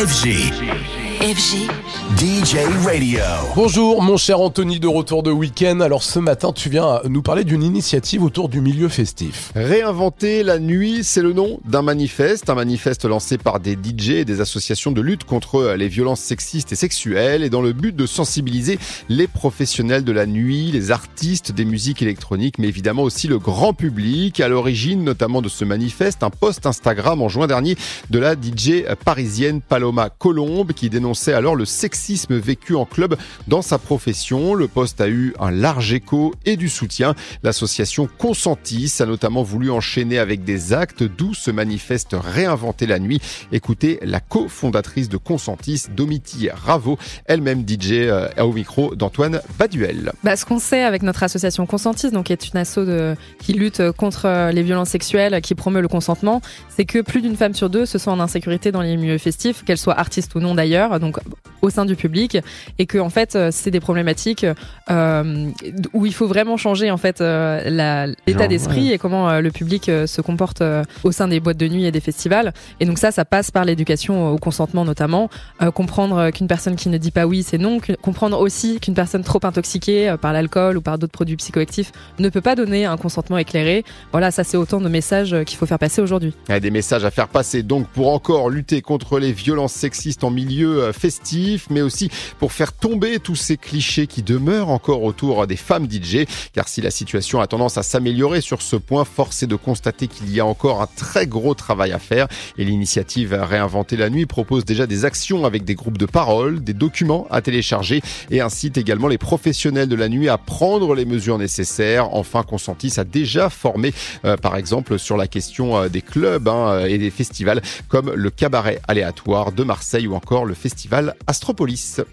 FG DJ Radio. Bonjour mon cher Anthony, de retour de week-end. Alors ce matin tu viens nous parler d'une initiative autour du milieu festif. Réinventer la nuit, c'est le nom d'un manifeste. Un manifeste lancé par des DJ et des associations de lutte contre les violences sexistes et sexuelles, et dans le but de sensibiliser les professionnels de la nuit, les artistes des musiques électroniques, mais évidemment aussi le grand public. À l'origine notamment de ce manifeste, un post Instagram en juin dernier de la DJ parisienne Paloma Colombe, qui dénonçait alors le sexisme vécu en club dans sa profession. Le post a eu un large écho et du soutien. L'association Consentis a notamment voulu enchaîner avec des actes, d'où ce manifeste Réinventer la nuit. Écoutez la cofondatrice de Consentis, Domiti Ravo, elle-même DJ au micro d'Antoine Baduel. Ce qu'on sait avec notre association Consentis, donc qui est une asso qui lutte contre les violences sexuelles, qui promeut le consentement, c'est que plus d'une femme sur deux se sent en insécurité dans les milieux festifs, qu'elle soit artiste ou non d'ailleurs, donc au sein du public, et que en fait c'est des problématiques où il faut vraiment changer en fait l'état d'esprit et comment le public se comporte au sein des boîtes de nuit et des festivals. Et donc ça passe par l'éducation au consentement notamment, comprendre qu'une personne qui ne dit pas oui c'est non, comprendre aussi qu'une personne trop intoxiquée par l'alcool ou par d'autres produits psychoactifs ne peut pas donner un consentement éclairé. Voilà, ça c'est autant de messages qu'il faut faire passer aujourd'hui. Des messages à faire passer donc pour encore lutter contre les violences sexistes en milieu festif, mais aussi pour faire tomber tous ces clichés qui demeurent encore autour des femmes DJ. Car si la situation a tendance à s'améliorer sur ce point, force est de constater qu'il y a encore un très gros travail à faire. Et l'initiative Réinventer la nuit propose déjà des actions avec des groupes de parole, des documents à télécharger et incite également les professionnels de la nuit à prendre les mesures nécessaires. Enfin, Consentis a déjà formé par exemple sur la question des clubs et des festivals comme le Cabaret Aléatoire de Marseille ou encore le festival Astropolis.